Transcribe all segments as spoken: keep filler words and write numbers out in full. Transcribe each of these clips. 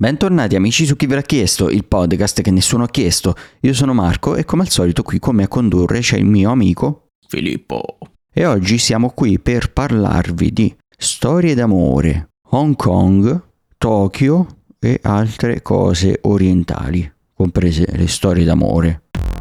Bentornati amici su Chi ve l'ha chiesto, il podcast che nessuno ha chiesto. Io sono Marco e come al solito qui con me a condurre c'è il mio amico Filippo. E oggi siamo qui per parlarvi di storie d'amore, Hong Kong, Tokyo e altre cose orientali, comprese le storie d'amore.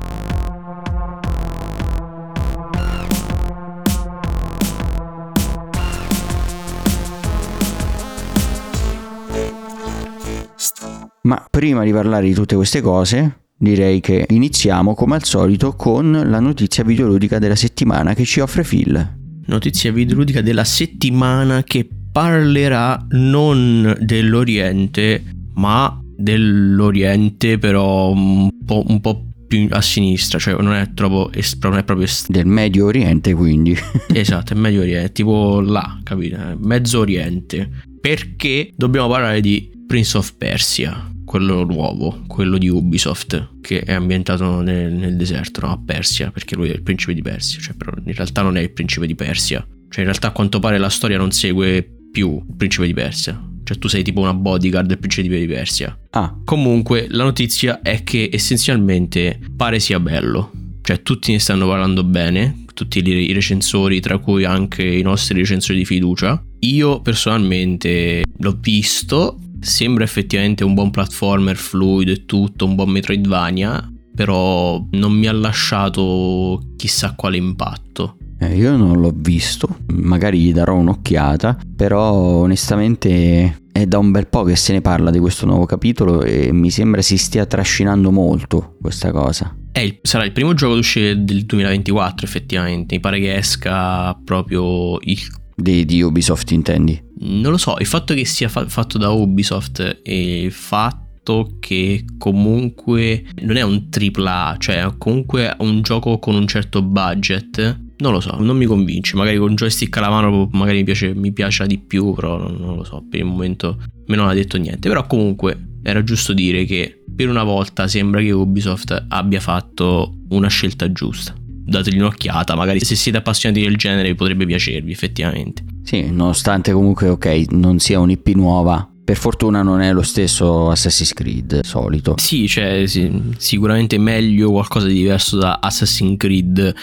Ma prima di parlare di tutte queste cose, direi che iniziamo come al solito con la notizia videoludica della settimana che ci offre Phil. Notizia videoludica della settimana che parlerà non dell'Oriente, ma dell'Oriente però un po', un po' più a sinistra, cioè non è troppo est- non è proprio est- Del Medio Oriente, quindi. Esatto, è Medio Oriente, tipo là, capito? Mezzo Oriente. Perché dobbiamo parlare di Prince of Persia, quello nuovo, quello di Ubisoft, che è ambientato nel, nel deserto, no? A Persia, perché lui è il principe di Persia, cioè però in realtà non è il principe di Persia, cioè in realtà a quanto pare la storia non segue più il principe di Persia, cioè tu sei tipo una bodyguard del principe di Persia. Ah. Comunque la notizia è che essenzialmente pare sia bello, cioè tutti ne stanno parlando bene, tutti i recensori, tra cui anche i nostri recensori di fiducia. Io personalmente l'ho visto, sembra effettivamente un buon platformer fluido e tutto, un buon Metroidvania, però non mi ha lasciato chissà quale impatto. Eh, io non l'ho visto, magari gli darò un'occhiata, però onestamente è da un bel po' che se ne parla di questo nuovo capitolo e mi sembra si stia trascinando molto questa cosa. È il, sarà il primo gioco ad uscire del duemilaventiquattro effettivamente, mi pare che esca proprio il... Di, di Ubisoft intendi? Non lo so, il fatto che sia fa- fatto da Ubisoft e il fatto che comunque non è un tripla A, cioè comunque un gioco con un certo budget, non lo so, non mi convince. Magari con joystick alla mano magari mi piace, mi piace di più, però non, non lo so, per il momento me non ha detto niente. Però comunque era giusto dire che per una volta sembra che Ubisoft abbia fatto una scelta giusta. Dategli un'occhiata, magari se siete appassionati del genere potrebbe piacervi effettivamente. Sì, nonostante comunque ok non sia un'I P nuova, per fortuna non è lo stesso Assassin's Creed solito. Sì, cioè sì, sicuramente meglio qualcosa di diverso da Assassin's Creed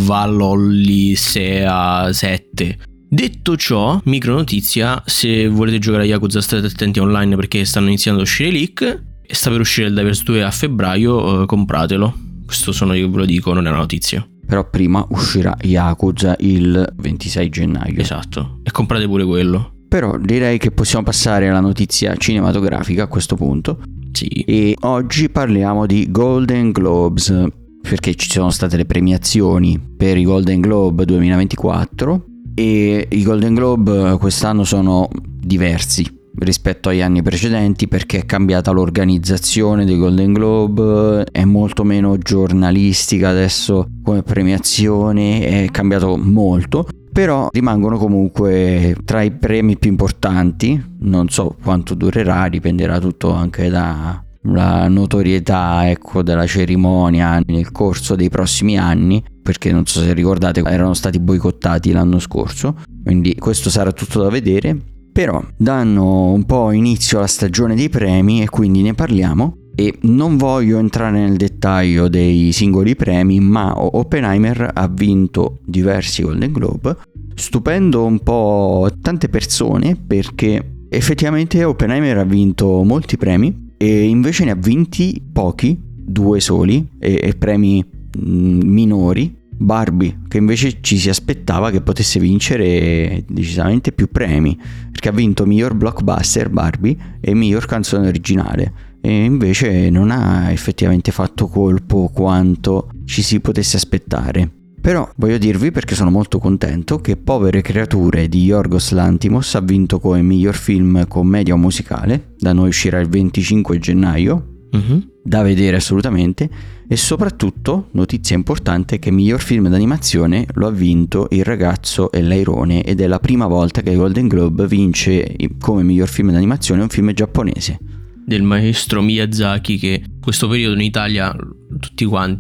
Valhalla Sea sette. Detto ciò, micro notizia, se volete giocare a Yakuza state attenti online perché stanno iniziando ad uscire leak e sta per uscire il Divers due a febbraio, eh, compratelo. Questo sono io ve lo dico, non è una notizia. Però prima uscirà Yakuza il ventisei gennaio. Esatto, e comprate pure quello. Però direi che possiamo passare alla notizia cinematografica a questo punto. Sì. E oggi parliamo di Golden Globes, perché ci sono state le premiazioni per i Golden Globe duemilaventiquattro e i Golden Globe quest'anno sono diversi rispetto agli anni precedenti perché è cambiata l'organizzazione dei Golden Globe, è molto meno giornalistica adesso come premiazione, è cambiato molto, però rimangono comunque tra i premi più importanti. Non so quanto durerà, dipenderà tutto anche dalla notorietà, ecco, della cerimonia nel corso dei prossimi anni, perché non so se ricordate erano stati boicottati l'anno scorso, quindi questo sarà tutto da vedere. Però danno un po' inizio alla stagione dei premi e quindi ne parliamo. E non voglio entrare nel dettaglio dei singoli premi, ma Oppenheimer ha vinto diversi Golden Globe, stupendo un po' tante persone perché effettivamente Oppenheimer ha vinto molti premi e invece ne ha vinti pochi, due soli, e, e premi mh, minori. Barbie, che invece ci si aspettava che potesse vincere decisamente più premi, perché ha vinto miglior blockbuster Barbie e miglior canzone originale, e invece non ha effettivamente fatto colpo quanto ci si potesse aspettare. Però voglio dirvi, perché sono molto contento, che Povere creature di Yorgos Lanthimos ha vinto come miglior film commedia o musicale, da noi uscirà il venticinque gennaio. Mm-hmm. Da vedere assolutamente. E soprattutto, notizia importante, che miglior film d'animazione lo ha vinto Il ragazzo e l'airone, ed è la prima volta che Golden Globe vince come miglior film d'animazione un film giapponese del maestro Miyazaki, che in questo periodo in Italia tutti quanti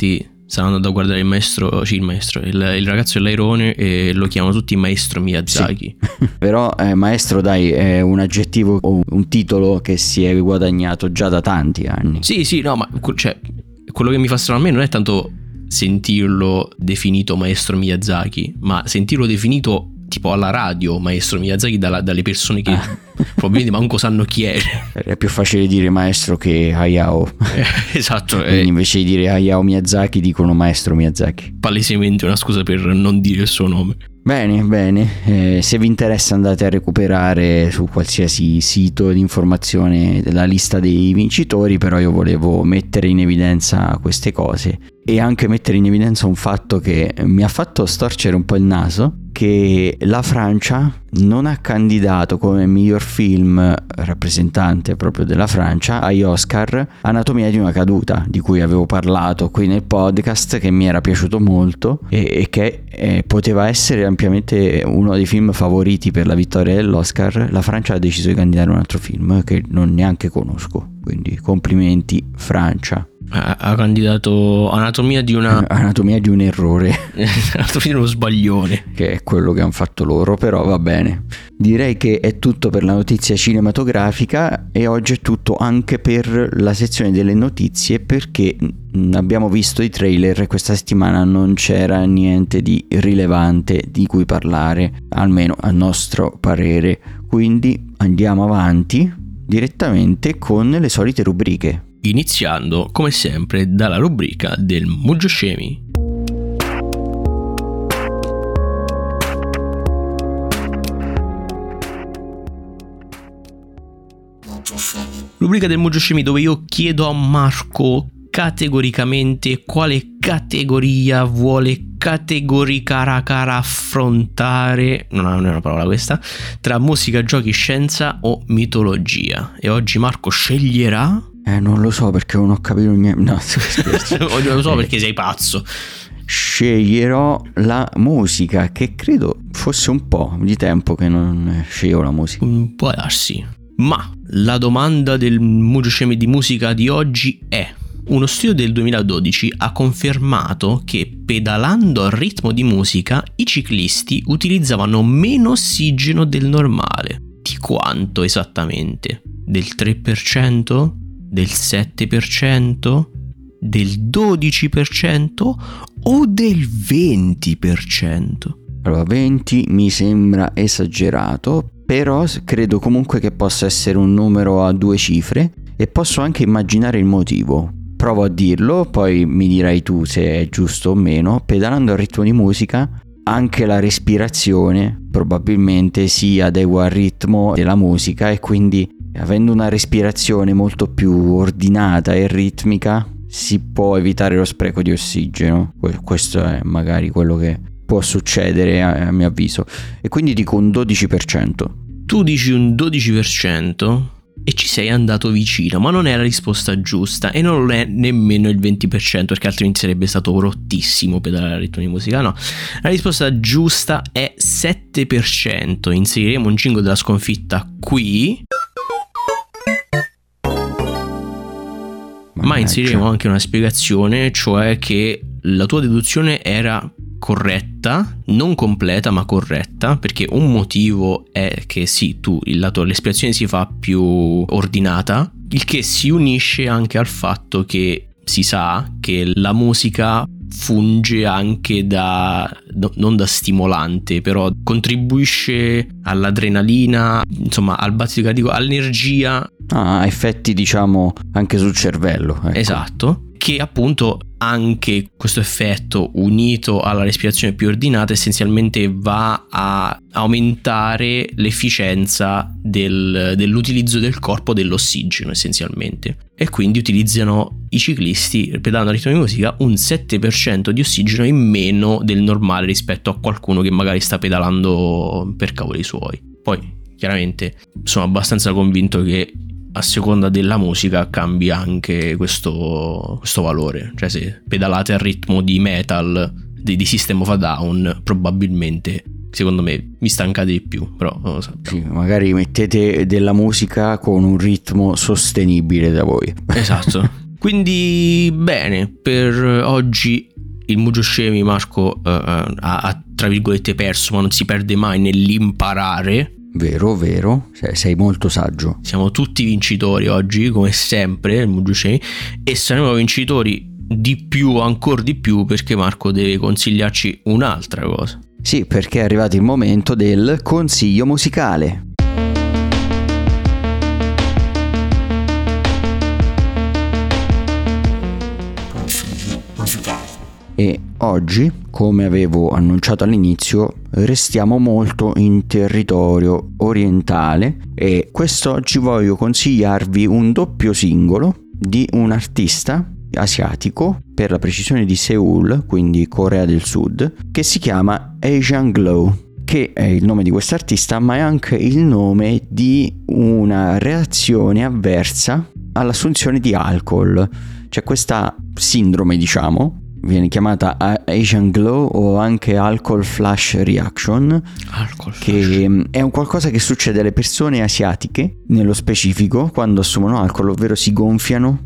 Stanno andando a guardare il maestro, sì, il maestro, il, il ragazzo dell'airone, e lo chiamano tutti maestro Miyazaki. Sì. Però eh, maestro, dai, è un aggettivo o un titolo che si è guadagnato già da tanti anni. Sì, sì, no, ma cioè, quello che mi fa strano a me non è tanto sentirlo definito maestro Miyazaki, ma sentirlo definito tipo alla radio maestro Miyazaki dalla, dalle persone che ah. probabilmente manco sanno chi è. È più facile dire maestro che Hayao. Eh, esatto. Quindi eh. invece di dire Hayao Miyazaki dicono maestro Miyazaki. Palesemente una scusa per non dire il suo nome. Bene, bene, eh, se vi interessa andate a recuperare su qualsiasi sito di informazione la lista dei vincitori, però io volevo mettere in evidenza queste cose e anche mettere in evidenza un fatto che mi ha fatto storcere un po' il naso, che la Francia non ha candidato come miglior film rappresentante proprio della Francia agli Oscar Anatomia di una caduta, di cui avevo parlato qui nel podcast, che mi era piaciuto molto e, e che eh, poteva essere ampiamente uno dei film favoriti per la vittoria dell'Oscar. La Francia ha deciso di candidare un altro film che non neanche conosco, quindi complimenti Francia. Ha, ha candidato Anatomia di una Anatomia di un errore Anatomia di uno sbaglione, che è quello che hanno fatto loro, però va bene. Direi che è tutto per la notizia cinematografica e oggi è tutto anche per la sezione delle notizie, perché abbiamo visto i trailer e questa settimana non c'era niente di rilevante di cui parlare, almeno a nostro parere, quindi andiamo avanti direttamente con le solite rubriche. Iniziando, come sempre, dalla rubrica del Mugio Scemi. Rubrica del Mugio Scemi, dove io chiedo a Marco categoricamente quale categoria vuole categoricara affrontare, non è una parola questa, tra musica, giochi, scienza o mitologia. E oggi Marco sceglierà... Eh, non lo so perché non ho capito niente. No, scherzo. Non lo so perché sei pazzo. Sceglierò la musica, che credo fosse un po' di tempo che non sceglievo la musica. Può darsi. Ma la domanda del Mugio Scemi di musica di oggi è: uno studio del duemiladodici ha confermato che pedalando al ritmo di musica i ciclisti utilizzavano meno ossigeno del normale. Di quanto esattamente? Del tre per cento? Del sette per cento? Del dodici per cento? O del venti per cento? Allora, venti mi sembra esagerato, però credo comunque che possa essere un numero a due cifre e posso anche immaginare il motivo. Provo a dirlo, poi mi dirai tu se è giusto o meno. Pedalando al ritmo di musica, anche la respirazione probabilmente si adegua al ritmo della musica e quindi, avendo una respirazione molto più ordinata e ritmica, si può evitare lo spreco di ossigeno. Questo è magari quello che può succedere a mio avviso. E quindi dico un dodici per cento. Tu dici un dodici per cento e ci sei andato vicino, ma non è la risposta giusta e non è nemmeno il venti per cento, perché altrimenti sarebbe stato rottissimo pedalare al ritmo di musica. No, la risposta giusta è sette per cento. Inseriremo un jingle della sconfitta qui, ma inseriremo anche una spiegazione, cioè che la tua deduzione era corretta, non completa ma corretta, perché un motivo è che sì, tu la tua l'espiazione si fa più ordinata, il che si unisce anche al fatto che si sa che la musica funge anche da no, non da stimolante, però contribuisce all'adrenalina, insomma al battito cardiaco, all'energia. Ah, effetti diciamo anche sul cervello, ecco. Esatto, che appunto anche questo effetto unito alla respirazione più ordinata essenzialmente va a aumentare l'efficienza del, dell'utilizzo del corpo dell'ossigeno essenzialmente, e quindi utilizzano i ciclisti, pedalando al ritmo di musica, un sette per cento di ossigeno in meno del normale rispetto a qualcuno che magari sta pedalando per cavoli suoi. Poi chiaramente sono abbastanza convinto che a seconda della musica cambia anche questo, questo valore. Cioè, se pedalate al ritmo di metal di, di System of a Down, probabilmente, secondo me, vi stancate di più. Però non lo so. Sì, magari mettete della musica con un ritmo sostenibile da voi. Esatto. Quindi bene, per oggi il Mujoshemi, Marco, uh, ha, ha tra virgolette perso, ma non si perde mai nell'imparare. Vero, vero, sei molto saggio. Siamo tutti vincitori oggi, come sempre, il Mujoshemi, e saremo vincitori di più, ancora di più, perché Marco deve consigliarci un'altra cosa. Sì, perché è arrivato il momento del consiglio musicale. E oggi, come avevo annunciato all'inizio, restiamo molto in territorio orientale e quest'oggi voglio consigliarvi un doppio singolo di un artista asiatico, per la precisione di Seoul, quindi Corea del Sud, che si chiama Asian Glow, che è il nome di quest'artista, ma è anche il nome di una reazione avversa all'assunzione di alcol. C'è questa sindrome, diciamo, viene chiamata Asian Glow o anche Alcohol Flash Reaction, Alcohol che flash. è un qualcosa che succede alle persone asiatiche, nello specifico, quando assumono alcol, ovvero si gonfiano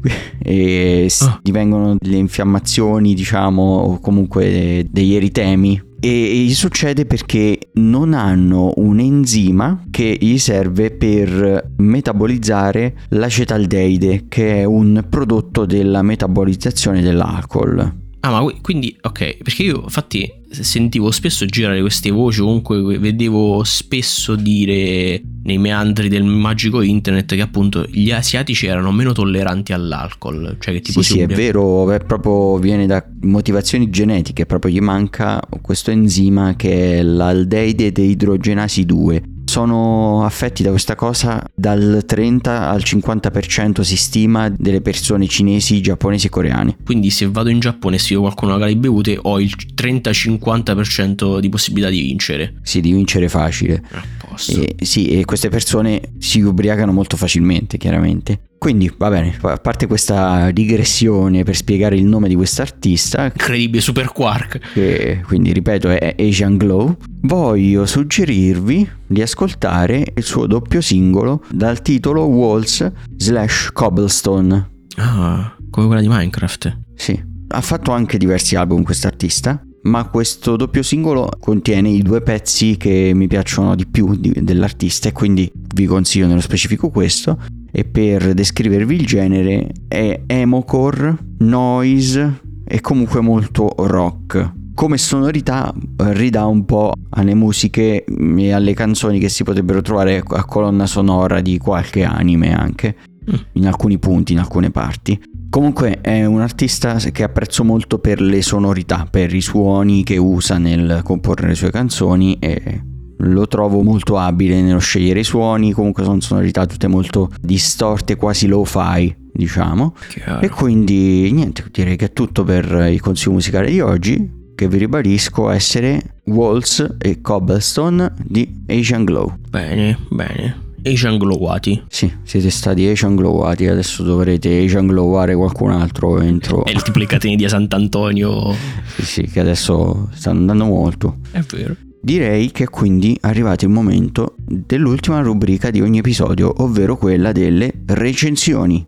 e Ah. divengono delle infiammazioni, diciamo, o comunque degli eritemi. E gli succede perché non hanno un enzima che gli serve per metabolizzare l'acetaldeide, che è un prodotto della metabolizzazione dell'alcol. Ah, ma quindi, ok, perché io infatti sentivo spesso girare queste voci, comunque vedevo spesso dire nei meandri del magico internet che appunto gli asiatici erano meno tolleranti all'alcol, cioè che tipo sì, sì, è vero, è proprio, viene da motivazioni genetiche, proprio gli manca questo enzima che è l'aldeide deidrogenasi due. Sono affetti da questa cosa dal trenta al cinquanta per cento si stima delle persone cinesi, giapponesi e coreane. Quindi se vado in Giappone e se vedo qualcuno che ha le bevute ho il trenta cinquanta per cento di possibilità di vincere. Sì, di vincere facile. A posto. E, sì, e queste persone si ubriacano molto facilmente, chiaramente. Quindi, va bene, a parte questa digressione per spiegare il nome di quest'artista, Incredibile, super quark. che quindi, ripeto, è Asian Glow, voglio suggerirvi di ascoltare il suo doppio singolo dal titolo Walls slash Cobblestone. Ah, come quella di Minecraft. Sì, ha fatto anche diversi album quest'artista, ma questo doppio singolo contiene i due pezzi che mi piacciono di più di, dell'artista, e quindi vi consiglio nello specifico questo. E per descrivervi il genere è emocore, noise e comunque molto rock. Come sonorità ridà un po' alle musiche e alle canzoni che si potrebbero trovare a colonna sonora di qualche anime, anche in alcuni punti, in alcune parti. Comunque è un artista che apprezzo molto per le sonorità, per i suoni che usa nel comporre le sue canzoni, e lo trovo molto abile nello scegliere i suoni. Comunque sono sonorità tutte molto distorte, quasi lo-fi, diciamo. Chiaro. E quindi niente, direi che è tutto per il consiglio musicale di oggi, che vi ribadisco essere Walls e Cobblestone di Asian Glow. Bene, bene. Asian glowati. Sì, siete stati Asian Glowati, adesso dovrete Asian Gloware qualcun altro entro. È il tipo le catene di Sant'Antonio. Sì, sì, che adesso stanno andando molto. È vero. Direi che quindi è arrivato il momento dell'ultima rubrica di ogni episodio, ovvero quella delle recensioni.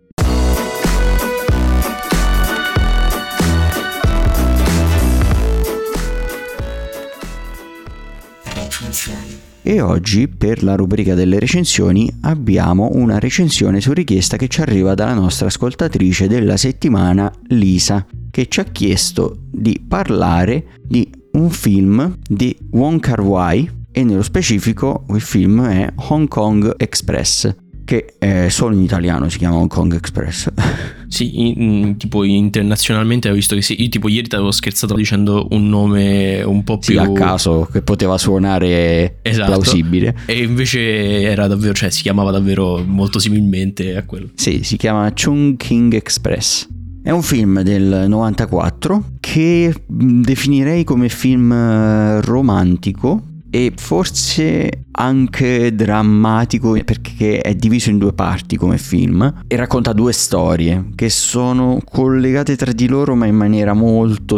E oggi per la rubrica delle recensioni abbiamo una recensione su richiesta che ci arriva dalla nostra ascoltatrice della settimana, Lisa, che ci ha chiesto di parlare di un film di Wong Kar-wai, e nello specifico il film è Hong Kong Express, che è solo in italiano si chiama Hong Kong Express. Sì, in, in, tipo internazionalmente ho visto che sì, io tipo ieri ti avevo scherzato dicendo un nome un po' più sì, a caso, che poteva suonare esatto. plausibile, e invece era davvero, cioè si chiamava davvero molto similmente a quello. Sì, si chiama Chung King Express. È un film del novantaquattro che definirei come film romantico e forse anche drammatico, perché è diviso in due parti come film e racconta due storie che sono collegate tra di loro ma in maniera molto sottile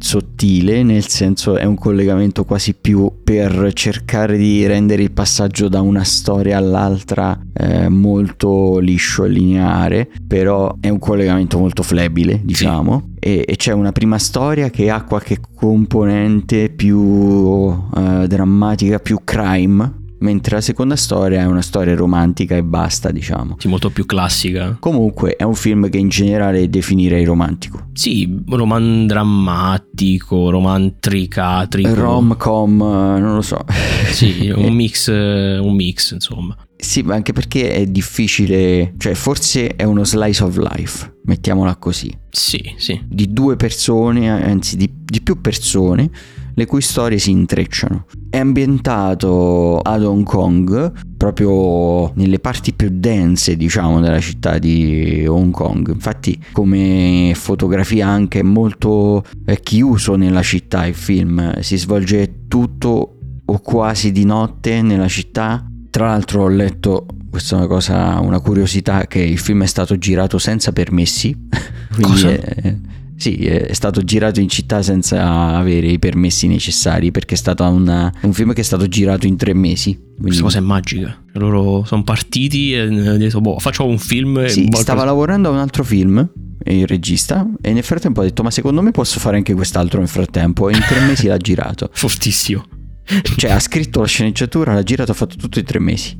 sottile, nel senso è un collegamento quasi più per cercare di rendere il passaggio da una storia all'altra eh, molto liscio e lineare, però è un collegamento molto flebile, diciamo. Sì. E, e c'è una prima storia che ha qualche componente più eh, drammatica, più crime, mentre la seconda storia è una storia romantica e basta, diciamo. Sì, molto più classica. Comunque è un film che in generale definirei romantico. Sì, roman drammatico, roman tricatrico, rom-com, non lo so. Sì, un mix, un mix, insomma. Sì, ma anche perché è difficile, cioè forse è uno slice of life, mettiamola così. Sì, sì. Di due persone, anzi di, di più persone, le cui storie si intrecciano. È ambientato ad Hong Kong, proprio nelle parti più dense, diciamo, della città di Hong Kong. Infatti come fotografia anche molto eh, chiuso nella città il film. Si svolge tutto o quasi di notte nella città. Tra l'altro ho letto, questa è una cosa, una curiosità, che il film è stato girato senza permessi. Quindi cosa? È, sì, è stato girato in città senza avere i permessi necessari, perché è stato una, un film che è stato girato in tre mesi. Quindi... Questa cosa è magica. Loro sono partiti e hanno detto, boh, facciamo un film. Sì, e stava lavorando a un altro film, il regista, e nel frattempo ha detto, ma secondo me posso fare anche quest'altro nel frattempo, e in tre mesi l'ha girato. Fortissimo. Cioè ha scritto la sceneggiatura, l'ha girato, ha fatto tutto in tre mesi.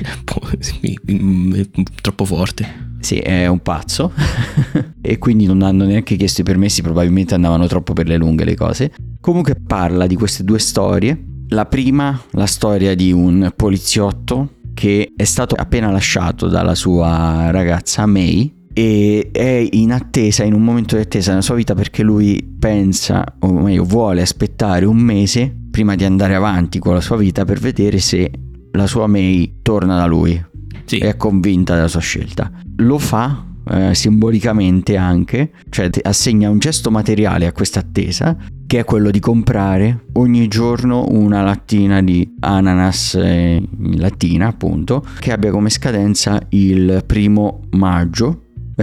Troppo forte. Sì, è un pazzo. E quindi non hanno neanche chiesto i permessi, probabilmente andavano troppo per le lunghe le cose. Comunque parla di queste due storie. La prima, la storia di un poliziotto che è stato appena lasciato dalla sua ragazza May e è in attesa, in un momento di attesa nella sua vita, perché lui pensa, o meglio vuole aspettare un mese prima di andare avanti con la sua vita per vedere se la sua May torna da lui. Sì. È convinta della sua scelta. Lo fa eh, simbolicamente anche, cioè assegna un gesto materiale a questa attesa, che è quello di comprare ogni giorno una lattina di ananas eh, in lattina, appunto, che abbia come scadenza il primo maggio,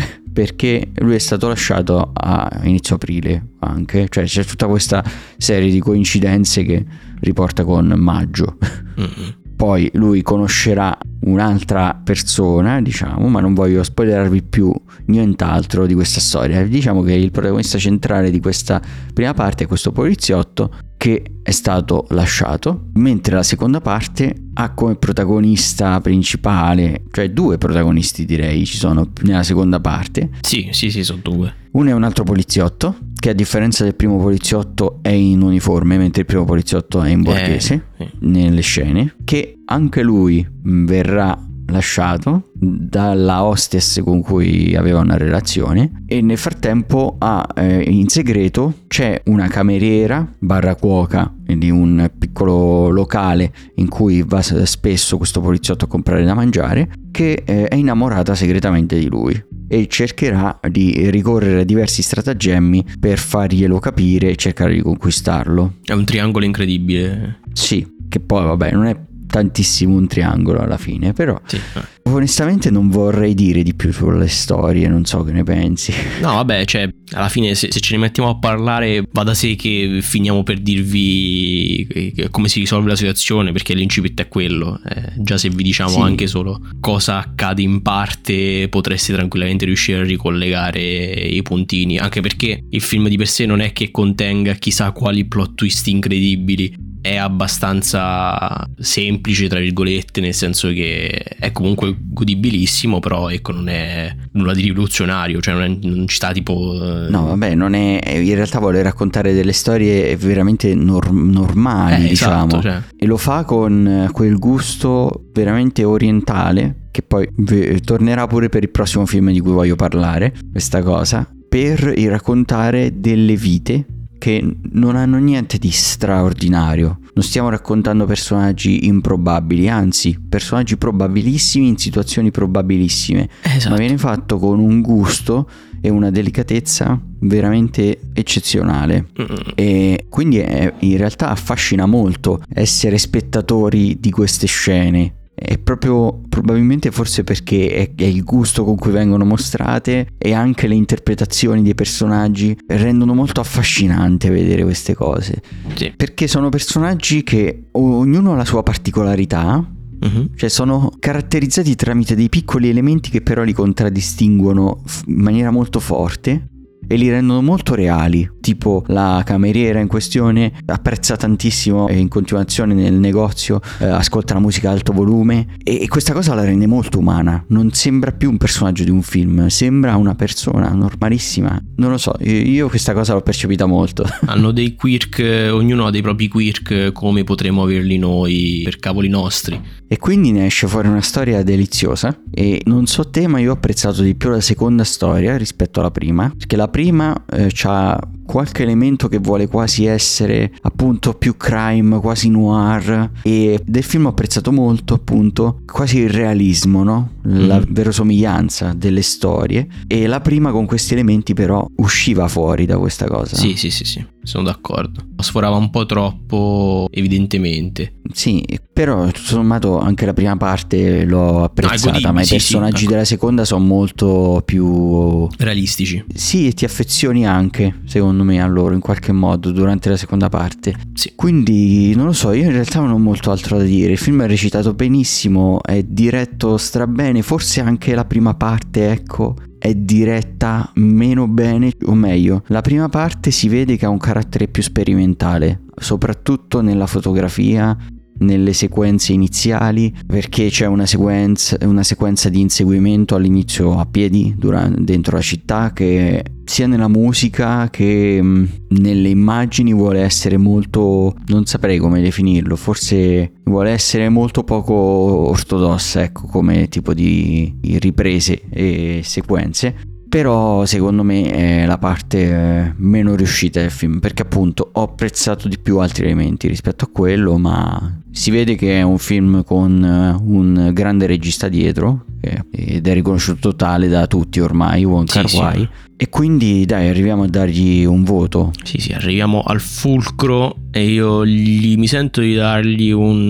perché lui è stato lasciato a inizio aprile anche, cioè c'è tutta questa serie di coincidenze che riporta con maggio. Mm-hmm. Poi lui conoscerà un'altra persona, diciamo, ma non voglio spoilerarvi più nient'altro di questa storia. Diciamo che il protagonista centrale di questa prima parte è questo poliziotto che è stato lasciato, mentre la seconda parte ha come protagonista principale, cioè due protagonisti direi ci sono nella seconda parte. Sì, sì, sì, sono due. Uno è un altro poliziotto che a differenza del primo poliziotto è in uniforme, mentre il primo poliziotto è in borghese eh, eh. nelle scene, che anche lui verrà lasciato dalla hostess con cui aveva una relazione, e nel frattempo ha eh, in segreto c'è una cameriera barra cuoca di un piccolo locale in cui va spesso questo poliziotto a comprare da mangiare, che eh, è innamorata segretamente di lui e cercherà di ricorrere a diversi stratagemmi per farglielo capire e cercare di conquistarlo. È un triangolo incredibile. Sì, che poi vabbè non è tantissimo un triangolo alla fine, però sì. Onestamente non vorrei dire di più sulle storie, non so che ne pensi. No vabbè, cioè alla fine se, se ce ne mettiamo a parlare va da sé che finiamo per dirvi come si risolve la situazione, perché l'incipit è quello. eh, già se vi diciamo sì. anche solo cosa accade in parte potreste tranquillamente riuscire a ricollegare i puntini, anche perché il film di per sé non è che contenga chissà quali plot twist incredibili, è abbastanza semplice tra virgolette, nel senso che è comunque godibilissimo, però ecco non è nulla di rivoluzionario, cioè non, è, non ci sta tipo no vabbè non è, in realtà vuole raccontare delle storie veramente nor- normali eh, diciamo esatto, cioè. E lo fa con quel gusto veramente orientale che poi v- tornerà pure per il prossimo film di cui voglio parlare, questa cosa, per raccontare delle vite che non hanno niente di straordinario. Non stiamo raccontando personaggi improbabili, anzi personaggi probabilissimi in situazioni probabilissime, esatto. Ma viene fatto con un gusto e una delicatezza veramente eccezionale. Mm-mm. E quindi è, in realtà affascina molto essere spettatori di queste scene, è proprio probabilmente forse perché è, è il gusto con cui vengono mostrate e anche le interpretazioni dei personaggi rendono molto affascinante vedere queste cose. Sì. Perché sono personaggi che ognuno ha la sua particolarità. Uh-huh. Cioè sono caratterizzati tramite dei piccoli elementi che però li contraddistinguono in maniera molto forte e li rendono molto reali. Tipo la cameriera in questione apprezza tantissimo e in continuazione nel negozio eh, ascolta la musica ad alto volume e, e questa cosa la rende molto umana. Non sembra più un personaggio di un film, sembra una persona normalissima. Non lo so, io, io questa cosa l'ho percepita molto. Hanno dei quirk, ognuno ha dei propri quirk come potremmo averli noi per cavoli nostri. E quindi ne esce fuori una storia deliziosa. E non so te, ma io ho apprezzato di più la seconda storia rispetto alla prima, perché la prima eh, c'ha qualche elemento che vuole quasi essere appunto più crime, quasi noir, e del film ho apprezzato molto appunto quasi il realismo, no? La mm. verosomiglianza delle storie, e la prima con questi elementi però usciva fuori da questa cosa. Sì, sì, sì, sì, sono d'accordo. Sforava un po' troppo evidentemente. Sì, però tutto sommato anche la prima parte l'ho apprezzata, godibile, ma i sì, personaggi sì, della seconda sono molto più realistici. Sì, e ti affezioni anche, secondo me, a loro in qualche modo durante la seconda parte. Sì. Quindi non lo so, io in realtà non ho molto altro da dire. Il film è recitato benissimo, è diretto strabene, forse anche la prima parte, ecco, è diretta meno bene, o meglio, la prima parte si vede che ha un carattere più sperimentale, soprattutto nella fotografia, nelle sequenze iniziali, perché c'è una sequenza, una sequenza di inseguimento all'inizio a piedi durante, dentro la città, che sia nella musica che mh, nelle immagini vuole essere molto, non saprei come definirlo, forse vuole essere molto poco ortodossa, ecco, come tipo di riprese e sequenze. Però secondo me è la parte meno riuscita del film, perché appunto ho apprezzato di più altri elementi rispetto a quello, ma si vede che è un film con un grande regista dietro ed è riconosciuto tale da tutti ormai, Wong Kar-wai, sì, sì. E quindi dai, arriviamo a dargli un voto. Sì, sì, arriviamo al fulcro e io gli, mi sento di dargli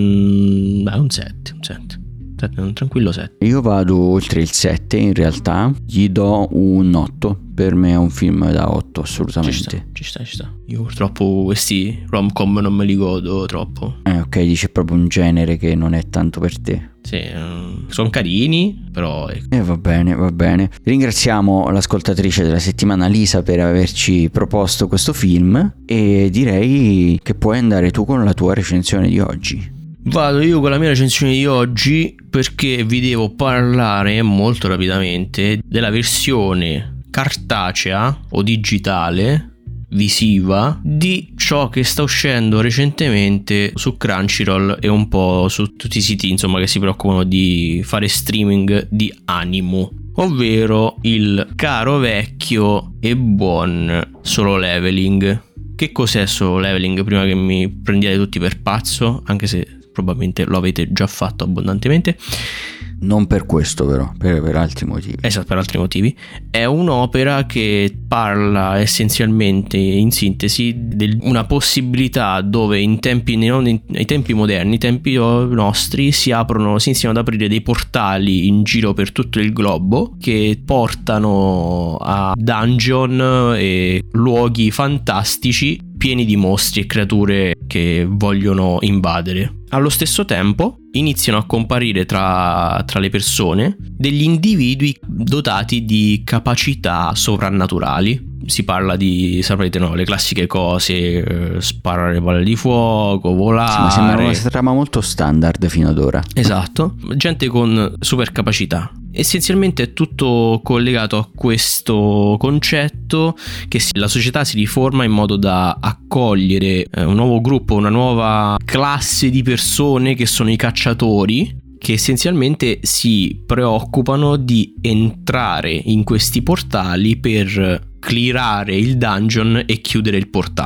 un beh, un sette, un sette. Un tranquillo sette. Io vado oltre il sette in realtà, gli do un otto. Per me è un film da otto assolutamente. Ci sta, ci sta, ci sta. Io purtroppo questi rom-com non me li godo troppo. Eh ok, dice proprio un genere che non è tanto per te. Sì, um, sono carini, però... E eh, va bene, va bene. Ringraziamo l'ascoltatrice della settimana Lisa per averci proposto questo film e direi che puoi andare tu con la tua recensione di oggi. Vado io con la mia recensione di oggi perché vi devo parlare molto rapidamente della versione cartacea o digitale visiva di ciò che sta uscendo recentemente su Crunchyroll e un po' su tutti i siti insomma che si preoccupano di fare streaming di anime, ovvero il caro vecchio e buon Solo Leveling. Che cos'è Solo Leveling, prima che mi prendiate tutti per pazzo, anche se probabilmente lo avete già fatto abbondantemente? Non per questo però, per, per altri motivi. Esatto, per altri motivi. È un'opera che parla essenzialmente, in sintesi, di una possibilità dove in tempi, non in, nei tempi moderni, i tempi nostri, si aprono, si iniziano ad aprire dei portali in giro per tutto il globo che portano a dungeon e luoghi fantastici pieni di mostri e creature che vogliono invadere. Allo stesso tempo iniziano a comparire tra, tra le persone degli individui dotati di capacità sovrannaturali. Si parla di, saprete no, le classiche cose, eh, sparare palle di fuoco, volare. Sì, ma sembra una trama molto standard fino ad ora. Esatto, gente con super capacità. Essenzialmente è tutto collegato a questo concetto che la società si riforma in modo da accogliere eh, un nuovo gruppo, una nuova classe di persone che sono i cacciatori, che essenzialmente si preoccupano di entrare in questi portali per clearare il dungeon e chiudere il portale.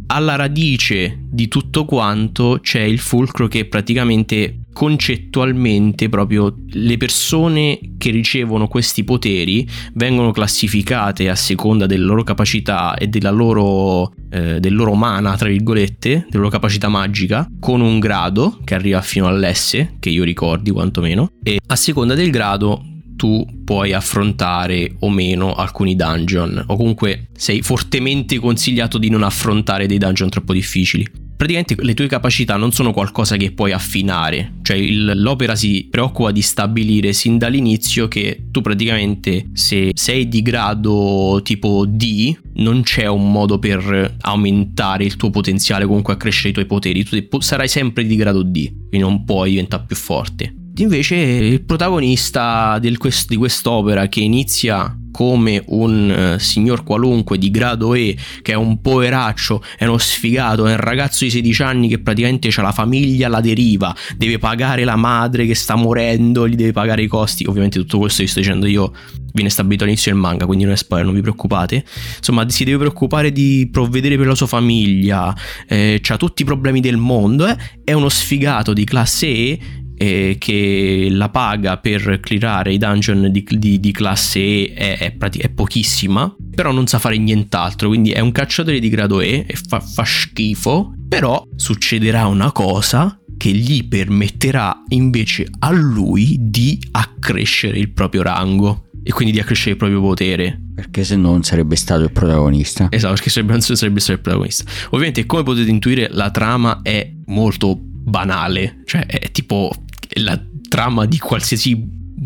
alla radice di tutto quanto c'è il fulcro che praticamente concettualmente proprio le persone che ricevono questi poteri vengono classificate a seconda delle loro capacità e della loro eh, del loro mana, tra virgolette, della loro capacità magica, con un grado che arriva fino all'S, che io ricordi quantomeno, e a seconda del grado tu puoi affrontare o meno alcuni dungeon, o comunque sei fortemente consigliato di non affrontare dei dungeon troppo difficili. Praticamente le tue capacità non sono qualcosa che puoi affinare, cioè il, l'opera si preoccupa di stabilire sin dall'inizio che tu praticamente, se sei di grado tipo D, non c'è un modo per aumentare il tuo potenziale, comunque accrescere i tuoi poteri, tu sarai sempre di grado D, quindi non puoi diventare più forte. Invece il protagonista del quest- di quest'opera, che inizia come un uh, signor qualunque di grado E, che è un poveraccio, è uno sfigato, è un ragazzo di sedici anni che praticamente c'ha la famiglia alla deriva, deve pagare la madre che sta morendo, gli deve pagare i costi. Ovviamente tutto questo che sto dicendo io viene stabilito all'inizio del manga, quindi non è spoiler, non vi preoccupate. Insomma, si deve preoccupare di provvedere per la sua famiglia, eh, c'ha tutti i problemi del mondo, eh? È uno sfigato di classe E, Eh, che la paga per clearare i dungeon di, di, di classe E è, è, pratic- è pochissima, però non sa fare nient'altro, quindi è un cacciatore di grado E e fa, fa schifo. Però succederà una cosa che gli permetterà invece a lui di accrescere il proprio rango e quindi di accrescere il proprio potere, perché se no non sarebbe stato il protagonista. Esatto, perché sarebbe, non sarebbe stato il protagonista. Ovviamente, come potete intuire, la trama è molto banale, cioè è tipo la trama di qualsiasi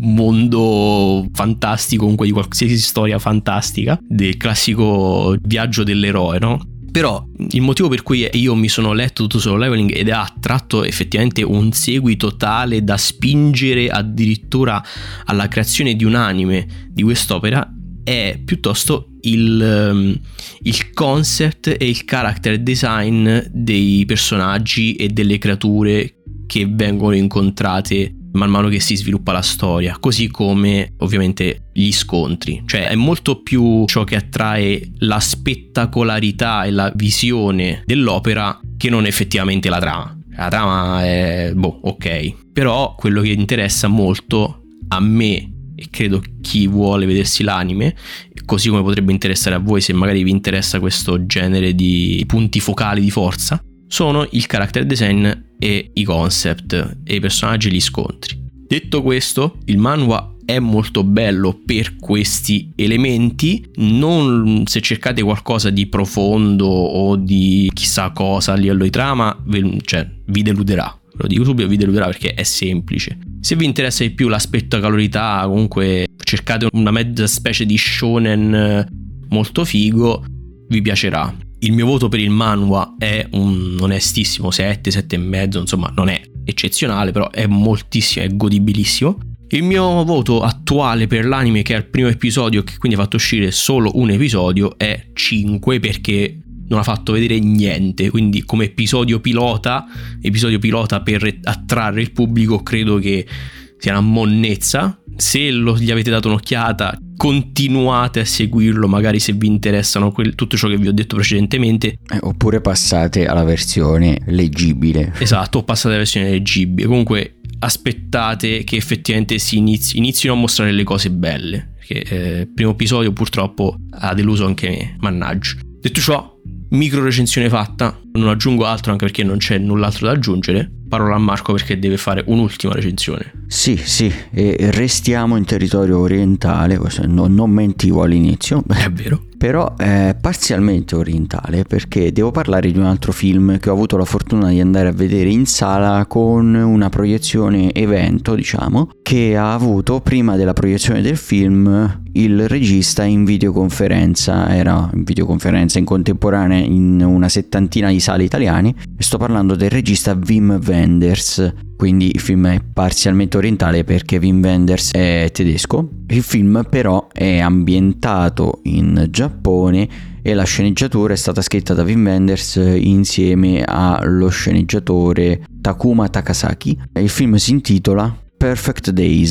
mondo fantastico, comunque di qualsiasi storia fantastica, del classico viaggio dell'eroe, no? Però il motivo per cui io mi sono letto tutto Solo Leveling ed ha attratto effettivamente un seguito tale da spingere addirittura alla creazione di un anime di quest'opera è piuttosto il, um, il concept e il character design dei personaggi e delle creature che vengono incontrate man mano che si sviluppa la storia, così come ovviamente gli scontri. Cioè è molto più ciò che attrae la spettacolarità e la visione dell'opera che non effettivamente la trama. La trama è boh, ok, però quello che interessa molto a me, e credo chi vuole vedersi l'anime, così come potrebbe interessare a voi se magari vi interessa questo genere di punti focali di forza, sono il character design e i concept e i personaggi e gli scontri. Detto questo, il manhwa è molto bello per questi elementi. Non, se cercate qualcosa di profondo o di chissà cosa a livello di trama, cioè vi deluderà. Lo dico subito, vi deluderà perché è semplice. Se vi interessa di più la spettacolarità, comunque cercate una mezza specie di shonen molto figo, vi piacerà. Il mio voto per il manhwa è un onestissimo sette, sette e mezzo, insomma non è eccezionale, però è moltissimo, è godibilissimo. Il mio voto attuale per l'anime, che è il primo episodio, che quindi ha fatto uscire solo un episodio, è cinque, perché non ha fatto vedere niente, quindi come episodio pilota, episodio pilota per attrarre il pubblico, credo che sia una monnezza. Se lo, gli avete dato un'occhiata, continuate a seguirlo, magari se vi interessano quel, tutto ciò che vi ho detto precedentemente, eh, oppure passate alla versione leggibile. Esatto, o passate alla versione leggibile. Comunque aspettate che effettivamente si inizi, inizino a mostrare le cose belle, perché eh, il primo episodio purtroppo ha deluso anche me, mannaggia. Detto ciò, micro recensione fatta, non aggiungo altro anche perché non c'è null'altro da aggiungere. Parola a Marco perché deve fare un'ultima recensione. Sì, sì, e restiamo in territorio orientale, non, non mentivo all'inizio. È vero. Però è parzialmente orientale, perché devo parlare di un altro film che ho avuto la fortuna di andare a vedere in sala con una proiezione evento, diciamo, che ha avuto prima della proiezione del film il regista in videoconferenza. Era in videoconferenza in contemporanea in una settantina di sale italiane, e sto parlando del regista Wim Wenders. Quindi il film è parzialmente orientale perché Wim Wenders è tedesco. Il film però è ambientato in Giappone e la sceneggiatura è stata scritta da Wim Wenders insieme allo sceneggiatore Takuma Takasaki. Il film si intitola Perfect Days.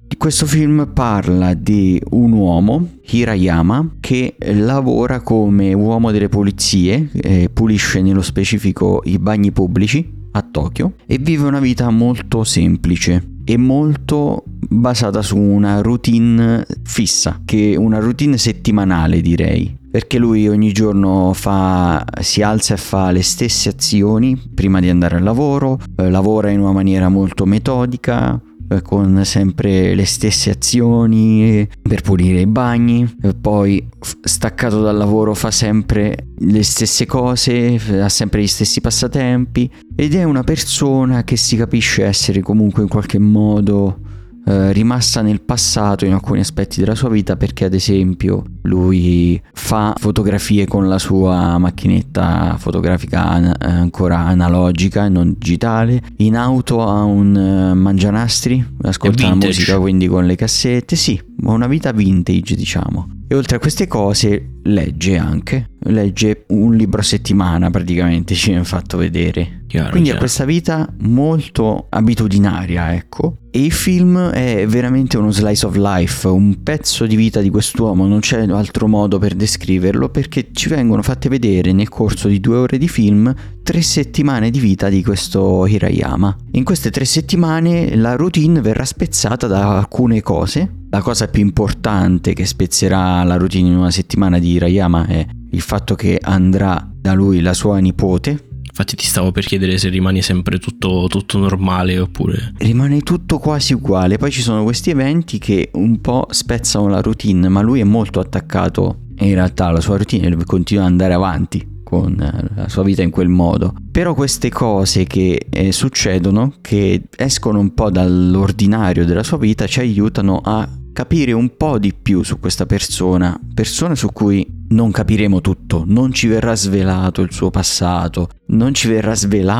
Questo film parla di un uomo, Hirayama, che lavora come uomo delle pulizie, eh, pulisce nello specifico i bagni pubblici a Tokyo e vive una vita molto semplice e molto basata su una routine fissa, che una routine settimanale direi, perché lui ogni giorno fa, si alza e fa le stesse azioni prima di andare al lavoro, eh, lavora in una maniera molto metodica, con sempre le stesse azioni per pulire i bagni, poi staccato dal lavoro fa sempre le stesse cose, ha sempre gli stessi passatempi ed è una persona che si capisce essere comunque in qualche modo eh, rimasta nel passato in alcuni aspetti della sua vita, perché ad esempio lui fa fotografie con la sua macchinetta fotografica an- ancora analogica e non digitale, in auto ha un uh, mangianastri, ascolta la musica quindi con le cassette, sì, una vita vintage diciamo. E oltre a queste cose legge anche, legge un libro a settimana praticamente, ci viene fatto vedere. Chiaro, quindi chiaro. Ha questa vita molto abitudinaria, ecco. E il film è veramente uno slice of life, un pezzo di vita di quest'uomo, non c'è altro modo per descriverlo, perché ci vengono fatte vedere nel corso di due ore di film tre settimane di vita di questo Hirayama. In queste tre settimane la routine verrà spezzata da alcune cose. La cosa più importante che spezzerà la routine in una settimana di Hirayama è il fatto che andrà da lui la sua nipote. Infatti ti stavo per chiedere se rimane sempre tutto, tutto normale oppure... Rimane tutto quasi uguale, poi ci sono questi eventi che un po' spezzano la routine, ma lui è molto attaccato in realtà alla sua routine e continua ad andare avanti con la sua vita in quel modo. Però queste cose che eh, succedono, che escono un po' dall'ordinario della sua vita, ci aiutano a capire un po' di più su questa persona, persona su cui non capiremo tutto, non ci verrà svelato il suo passato, non ci verrà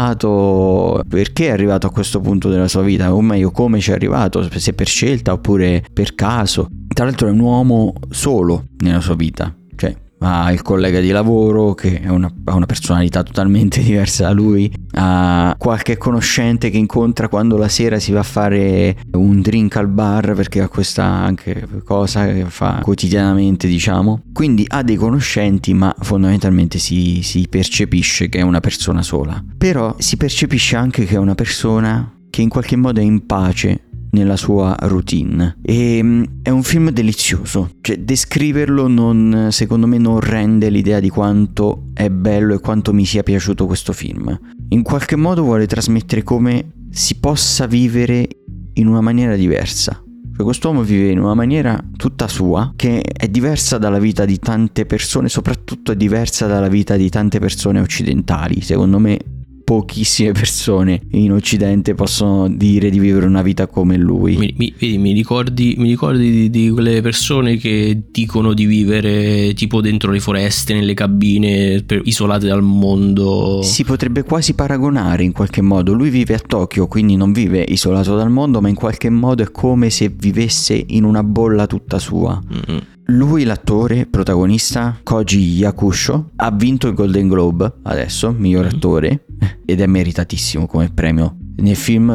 svelato perché è arrivato a questo punto della sua vita, o meglio come ci è arrivato, se per scelta oppure per caso. Tra l'altro è un uomo solo nella sua vita, cioè ha il collega di lavoro che è una, ha una personalità totalmente diversa da lui, ha qualche conoscente che incontra quando la sera si va a fare un drink al bar, perché ha questa anche cosa che fa quotidianamente diciamo, quindi ha dei conoscenti, ma fondamentalmente si, si percepisce che è una persona sola, però si percepisce anche che è una persona che in qualche modo è in pace nella sua routine. E um, è un film delizioso, cioè descriverlo non, secondo me non rende l'idea di quanto è bello e quanto mi sia piaciuto questo film. In qualche modo vuole trasmettere come si possa vivere in una maniera diversa. Cioè, quest'uomo vive in una maniera tutta sua, che è diversa dalla vita di tante persone, soprattutto è diversa dalla vita di tante persone occidentali. Secondo me pochissime persone in Occidente possono dire di vivere una vita come lui. Mi, mi, mi ricordi, mi ricordi di, di quelle persone che dicono di vivere tipo dentro le foreste, nelle cabine, per, isolate dal mondo. Si potrebbe quasi paragonare in qualche modo. Lui vive a Tokyo, quindi non vive isolato dal mondo, ma in qualche modo è come se vivesse in una bolla tutta sua. Mm-hmm. Lui, l'attore protagonista, Koji Yakusho, ha vinto il Golden Globe adesso, miglior attore, ed è meritatissimo come premio. Nel film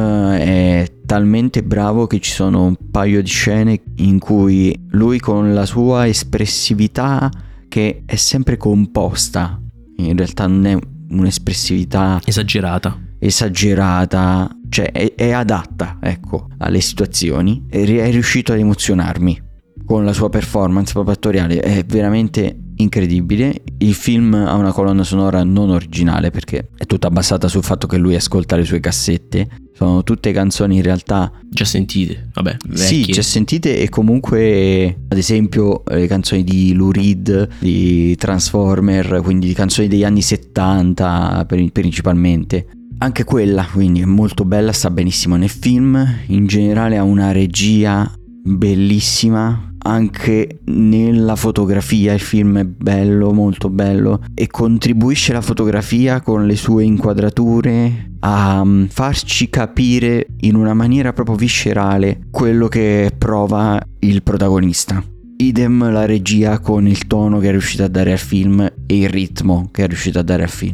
è talmente bravo che ci sono un paio di scene in cui lui con la sua espressività, che è sempre composta, in realtà non è un'espressività esagerata, esagerata, cioè è, è adatta, ecco, alle situazioni, e è riuscito ad emozionarmi con la sua performance proprio attoriale, è veramente incredibile. Il film ha una colonna sonora non originale perché è tutta basata sul fatto che lui ascolta le sue cassette, sono tutte canzoni in realtà già sentite, vabbè, vecchie. Sì, già sentite, e comunque ad esempio le canzoni di Lou Reed, di Transformer, quindi canzoni degli anni settanta principalmente. Anche quella quindi è molto bella, sta benissimo nel film. In generale ha una regia bellissima, anche nella fotografia il film è bello, molto bello, e contribuisce la fotografia con le sue inquadrature a farci capire in una maniera proprio viscerale quello che prova il protagonista. Idem la regia con il tono che è riuscita a dare al film e il ritmo che è riuscita a dare al film.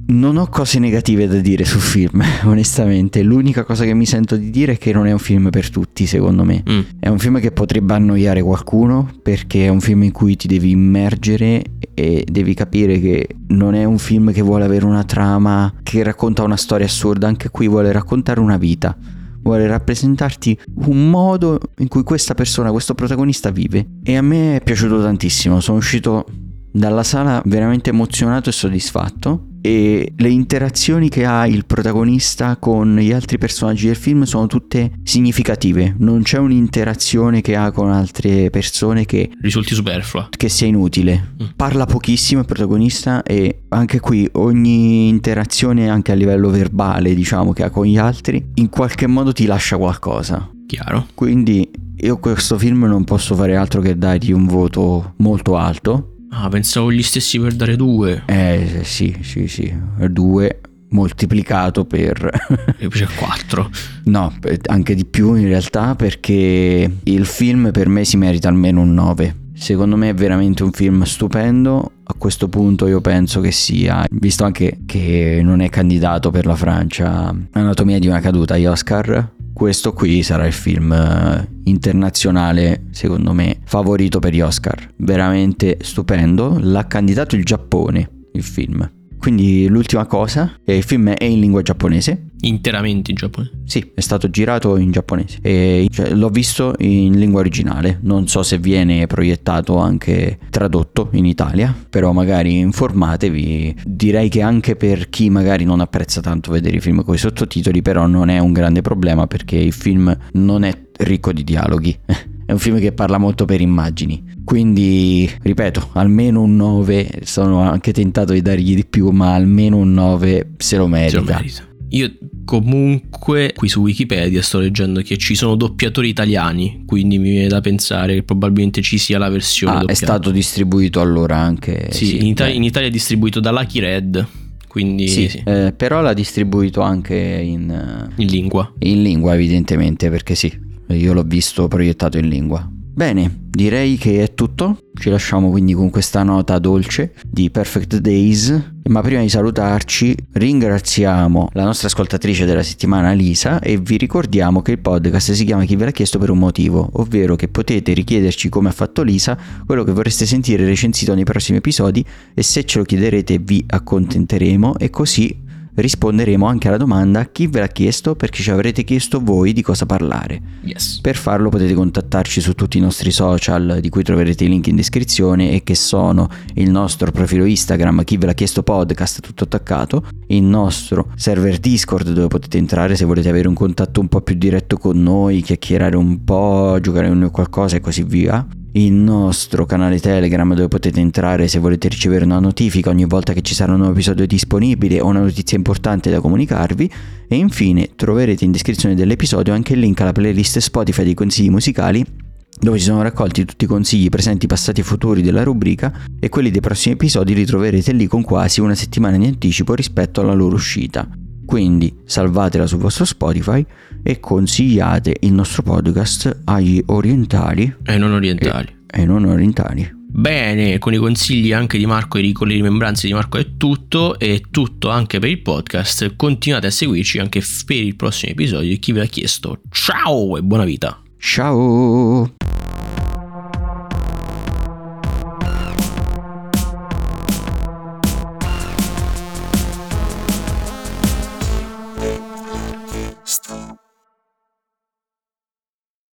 Non ho cose negative da dire sul film, onestamente. L'unica cosa che mi sento di dire è che non è un film per tutti, secondo me. Mm. È un film che potrebbe annoiare qualcuno, perché è un film in cui ti devi immergere e devi capire che non è un film che vuole avere una trama che racconta una storia assurda. Anche qui vuole raccontare una vita, vuole rappresentarti un modo in cui questa persona, questo protagonista vive. E a me è piaciuto tantissimo, sono uscito dalla sala veramente emozionato e soddisfatto, e le interazioni che ha il protagonista con gli altri personaggi del film sono tutte significative. Non c'è un'interazione che ha con altre persone che risulti superflua, che sia inutile. mm. Parla pochissimo il protagonista, e anche qui ogni interazione, anche a livello verbale, diciamo, che ha con gli altri, in qualche modo ti lascia qualcosa. Chiaro. Quindi io questo film non posso fare altro che dargli un voto molto alto. Ah, pensavo gli stessi per dare due. Eh sì, sì, sì, due moltiplicato per... E per quattro. No, anche di più in realtà, perché il film per me si merita almeno un nove. Secondo me è veramente un film stupendo. A questo punto io penso che sia, visto anche che non è candidato per la Francia, Anatomia di una caduta agli Oscar, questo qui sarà il film internazionale, secondo me, favorito per gli Oscar. Veramente stupendo. L'ha candidato il Giappone, il film. Quindi l'ultima cosa, il film è in lingua giapponese. Interamente in giapponese? Sì, è stato girato in giapponese, e cioè, l'ho visto in lingua originale. Non so se viene proiettato anche tradotto in Italia, però magari informatevi. Direi che anche per chi magari non apprezza tanto vedere i film con i sottotitoli, però non è un grande problema, perché il film non è ricco di dialoghi. È un film che parla molto per immagini. Quindi, ripeto, almeno un nove. Sono anche tentato di dargli di più, ma almeno un nove se lo merita. Se lo merita. Io comunque qui su Wikipedia sto leggendo che ci sono doppiatori italiani, quindi mi viene da pensare che probabilmente ci sia la versione ah, doppiata. È stato distribuito allora anche... Sì, sì in, Italia, in Italia è distribuito da Lucky Red, quindi... Sì, sì. Eh, però l'ha distribuito anche in... In lingua. In lingua, evidentemente, perché sì, io l'ho visto proiettato in lingua. Bene, direi che è tutto. Ci lasciamo quindi con questa nota dolce di Perfect Days. Ma prima di salutarci ringraziamo la nostra ascoltatrice della settimana, Lisa, e vi ricordiamo che il podcast si chiama Chi ve l'ha chiesto per un motivo, ovvero che potete richiederci, come ha fatto Lisa, quello che vorreste sentire recensito nei prossimi episodi, e se ce lo chiederete vi accontenteremo, e così risponderemo anche alla domanda chi ve l'ha chiesto, perché ci avrete chiesto voi di cosa parlare. Yes. Per farlo potete contattarci su tutti i nostri social, di cui troverete i link in descrizione, e che sono il nostro profilo Instagram Chi ve l'ha chiesto podcast, tutto attaccato, il nostro server Discord dove potete entrare se volete avere un contatto un po' più diretto con noi, chiacchierare un po', giocare con noi qualcosa e così via, il nostro canale Telegram dove potete entrare se volete ricevere una notifica ogni volta che ci sarà un nuovo episodio disponibile o una notizia importante da comunicarvi, e infine troverete in descrizione dell'episodio anche il link alla playlist Spotify dei consigli musicali, dove ci sono raccolti tutti i consigli presenti, passati e futuri della rubrica, e quelli dei prossimi episodi li troverete lì con quasi una settimana di anticipo rispetto alla loro uscita. Quindi salvatela sul vostro Spotify e consigliate il nostro podcast agli orientali e non orientali e, e non orientali. Bene, con i consigli anche di Marco e con le rimembranze di Marco è tutto, è tutto anche per il podcast. Continuate a seguirci anche per il prossimo episodio di Chi ve l'ha chiesto. Ciao e buona vita. Ciao.